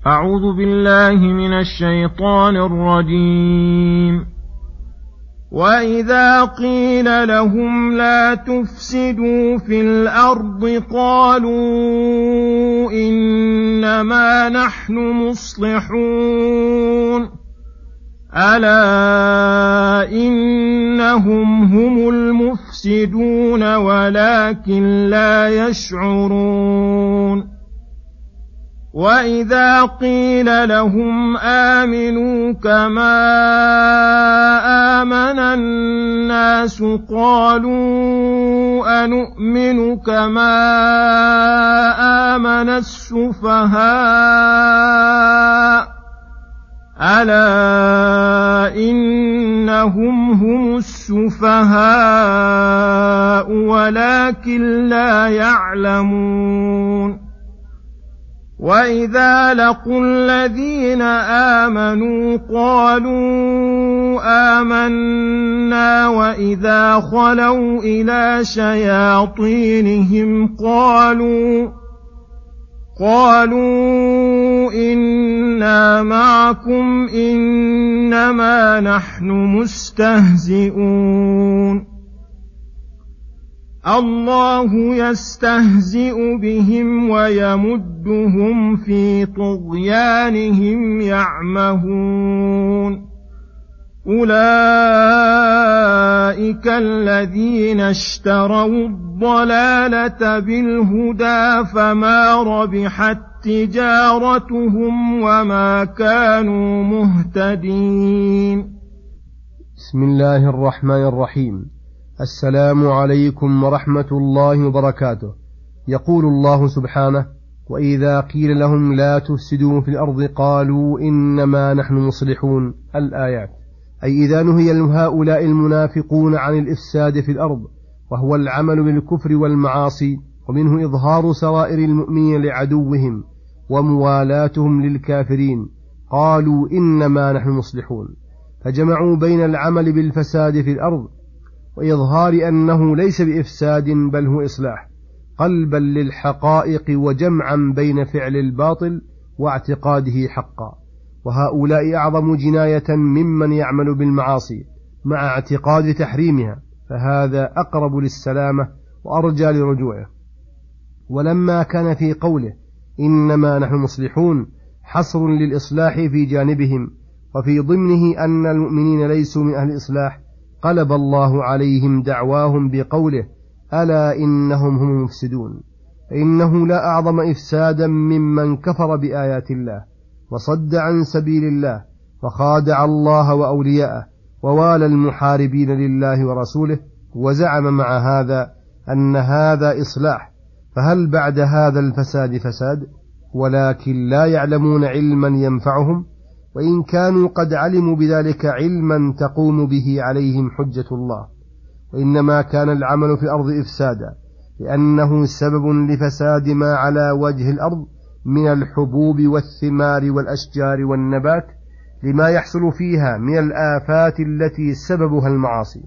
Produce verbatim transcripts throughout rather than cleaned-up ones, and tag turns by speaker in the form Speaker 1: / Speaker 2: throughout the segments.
Speaker 1: أعوذ بالله من الشيطان الرجيم. وإذا قيل لهم لا تفسدوا في الأرض قالوا إنما نحن مصلحون ألا إنهم هم المفسدون ولكن لا يشعرون. وإذا قيل لهم آمنوا كما آمن الناس قالوا أنؤمن كما آمن السفهاء ألا إنهم هم السفهاء ولكن لا يعلمون. وإذا لقوا الذين آمنوا قالوا آمنا وإذا خلوا إلى شياطينهم قالوا قالوا إنا معكم إنما نحن مستهزئون الله يستهزئ بهم ويمدهم في طغيانهم يعمهون. أولئك الذين اشتروا الضلالة بالهدى فما ربحت تجارتهم وما كانوا مهتدين.
Speaker 2: بسم الله الرحمن الرحيم. السلام عليكم ورحمة الله وبركاته. يقول الله سبحانه: وإذا قيل لهم لا تفسدوا في الأرض قالوا إنما نحن مصلحون. الآيات. أي إذا نهي هؤلاء المنافقون عن الإفساد في الأرض وهو العمل بالكفر والمعاصي ومنه إظهار سرائر المؤمنين لعدوهم وموالاتهم للكافرين قالوا إنما نحن مصلحون، فجمعوا بين العمل بالفساد في الأرض وإظهار أنه ليس بإفساد بل هو إصلاح قلبا للحقائق وجمعا بين فعل الباطل واعتقاده حقا. وهؤلاء أعظم جناية ممن يعمل بالمعاصي مع اعتقاد تحريمها، فهذا أقرب للسلامة وأرجى لرجوعه. ولما كان في قوله إنما نحن مصلحون حصر للإصلاح في جانبهم وفي ضمنه أن المؤمنين ليسوا من أهل الإصلاح، قلب الله عليهم دعواهم بقوله ألا إنهم هم المفسدون، فإنه لا أعظم إفسادا ممن كفر بآيات الله وصد عن سبيل الله وخادع الله وأولياءه ووالى المحاربين لله ورسوله وزعم مع هذا أن هذا إصلاح، فهل بعد هذا الفساد فساد؟ ولكن لا يعلمون علما ينفعهم، وإن كانوا قد علموا بذلك علما تقوم به عليهم حجة الله. وإنما كان العمل في الأرض إفسادا لأنه سبب لفساد ما على وجه الأرض من الحبوب والثمار والأشجار والنبات لما يحصل فيها من الآفات التي سببها المعاصي.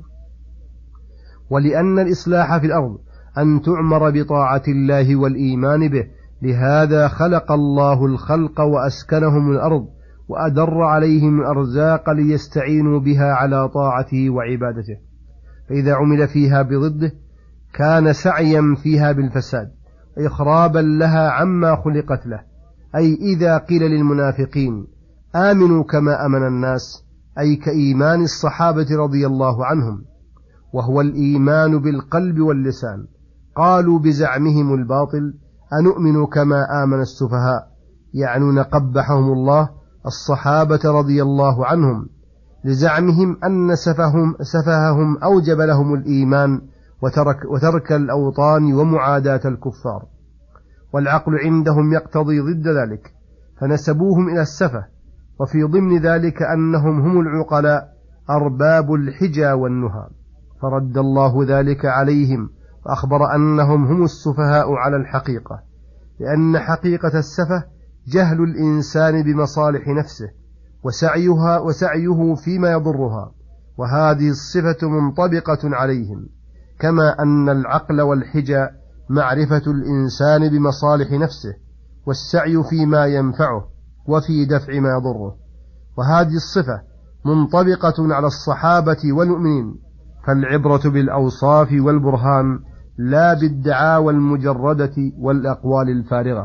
Speaker 2: ولأن الإصلاح في الأرض أن تعمر بطاعة الله والإيمان به، لهذا خلق الله الخلق وأسكنهم الأرض وأدر عليهم الأرزاق ليستعينوا بها على طاعته وعبادته، فإذا عمل فيها بضده كان سعيا فيها بالفساد إخرابا لها عما خلقت له. أي إذا قيل للمنافقين آمنوا كما أمن الناس، أي كإيمان الصحابة رضي الله عنهم وهو الإيمان بالقلب واللسان، قالوا بزعمهم الباطل أنؤمن كما آمن السفهاء، يعنون قبحهم الله الصحابة رضي الله عنهم لزعمهم أن سفههم, سفههم أوجب لهم الإيمان وترك, وترك الأوطان ومعاداة الكفار، والعقل عندهم يقتضي ضد ذلك فنسبوهم إلى السفه. وفي ضمن ذلك أنهم هم العقلاء أرباب الحجى والنهى، فرد الله ذلك عليهم وأخبر أنهم هم السفهاء على الحقيقة، لأن حقيقة السفه جهل الإنسان بمصالح نفسه وسعيها وسعيه فيما يضرها، وهذه الصفة منطبقة عليهم، كما أن العقل والحجى معرفة الإنسان بمصالح نفسه والسعي فيما ينفعه، وفي دفع ما يضره. وهذه الصفة منطبقة على الصحابة والمؤمنين، فالعبرة بالأوصاف والبرهان لا بالدعاوى المجردة والأقوال الفارغة.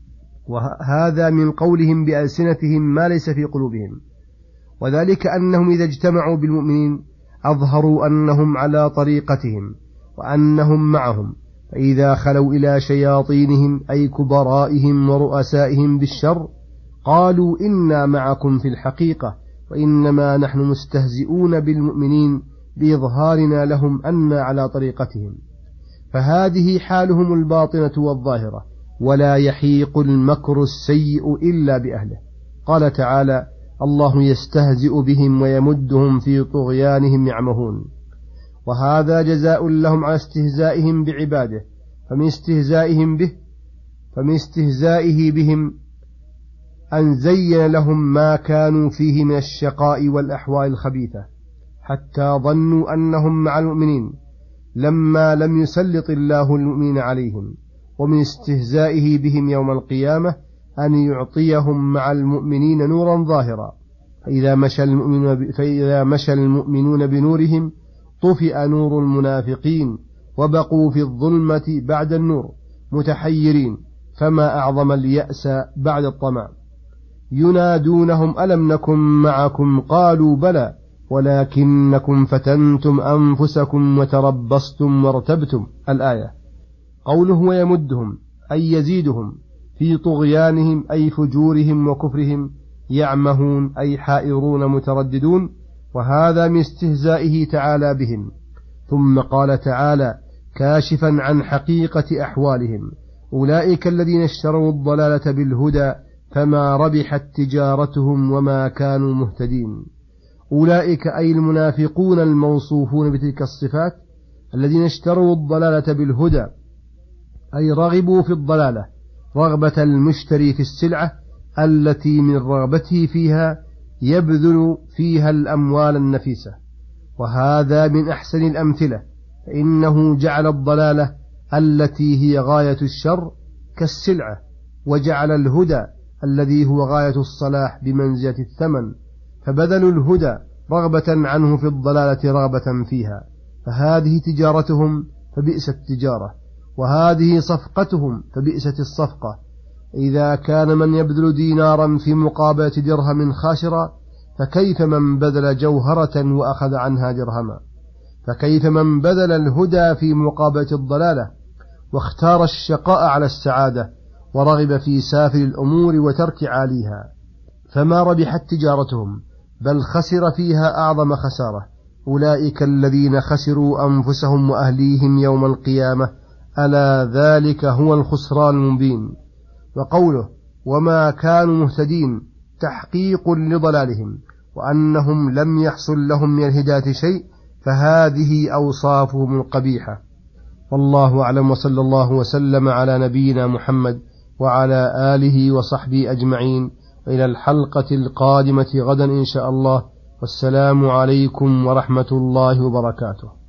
Speaker 2: وهذا من قولهم بألسنتهم ما ليس في قلوبهم، وذلك أنهم إذا اجتمعوا بالمؤمنين أظهروا أنهم على طريقتهم وأنهم معهم، فإذا خلوا إلى شياطينهم أي كبرائهم ورؤسائهم بالشر قالوا إنا معكم في الحقيقة وإنما نحن مستهزئون بالمؤمنين بإظهارنا لهم أنا على طريقتهم. فهذه حالهم الباطنة والظاهرة، ولا يحيق المكر السيء إلا بأهله. قال تعالى: الله يستهزئ بهم ويمدهم في طغيانهم يعمهون. وهذا جزاء لهم على استهزائهم بعباده، فمن استهزائهم به فمن استهزائه بهم أن زين لهم ما كانوا فيه من الشقاء والأحوال الخبيثة، حتى ظنوا أنهم مع المؤمنين لما لم يسلط الله المؤمنين عليهم. ومن استهزائه بهم يوم القيامة أن يعطيهم مع المؤمنين نورا ظاهرا، فإذا مشى المؤمنون, فإذا مشى المؤمنون بنورهم طفئ نور المنافقين وبقوا في الظلمة بعد النور متحيرين، فما أعظم اليأس بعد الطمع. ينادونهم ألم نكن معكم قالوا بلى ولكنكم فتنتم أنفسكم وتربصتم وارتبتم. الآية. قوله ويمدهم أي يزيدهم في طغيانهم أي فجورهم وكفرهم، يعمهون أي حائرون مترددون، وهذا من استهزائه تعالى بهم. ثم قال تعالى كاشفا عن حقيقة أحوالهم: أولئك الذين اشتروا الضلالة بالهدى فما ربحت تجارتهم وما كانوا مهتدين. أولئك أي المنافقون الموصوفون بتلك الصفات الذين اشتروا الضلالة بالهدى، أي رغبوا في الضلالة رغبة المشتري في السلعة التي من رغبته فيها يبذل فيها الأموال النفيسة. وهذا من أحسن الأمثلة، فإنه جعل الضلالة التي هي غاية الشر كالسلعة، وجعل الهدى الذي هو غاية الصلاح بمنزلة الثمن، فبذلوا الهدى رغبة عنه في الضلالة رغبة فيها، فهذه تجارتهم فبئست التجارة، وهذه صفقتهم فبئست الصفقة. إذا كان من يبذل دينارا في مقابلة درهم خاسرا، فكيف من بذل جوهرة وأخذ عنها درهما؟ فكيف من بذل الهدى في مقابلة الضلالة واختار الشقاء على السعادة ورغب في سافل الأمور وترك عاليها؟ فما ربحت تجارتهم، بل خسر فيها أعظم خسارة. أولئك الذين خسروا أنفسهم وأهليهم يوم القيامة، ألا ذلك هو الخسران المبين. وقوله وما كانوا مهتدين تحقيق لضلالهم، وأنهم لم يحصل لهم من الهداية شيء، فهذه أوصافهم القبيحة. والله أعلم، وصلى الله وسلم على نبينا محمد وعلى آله وصحبه أجمعين، وإلى الحلقة القادمة غدا إن شاء الله، والسلام عليكم ورحمة الله وبركاته.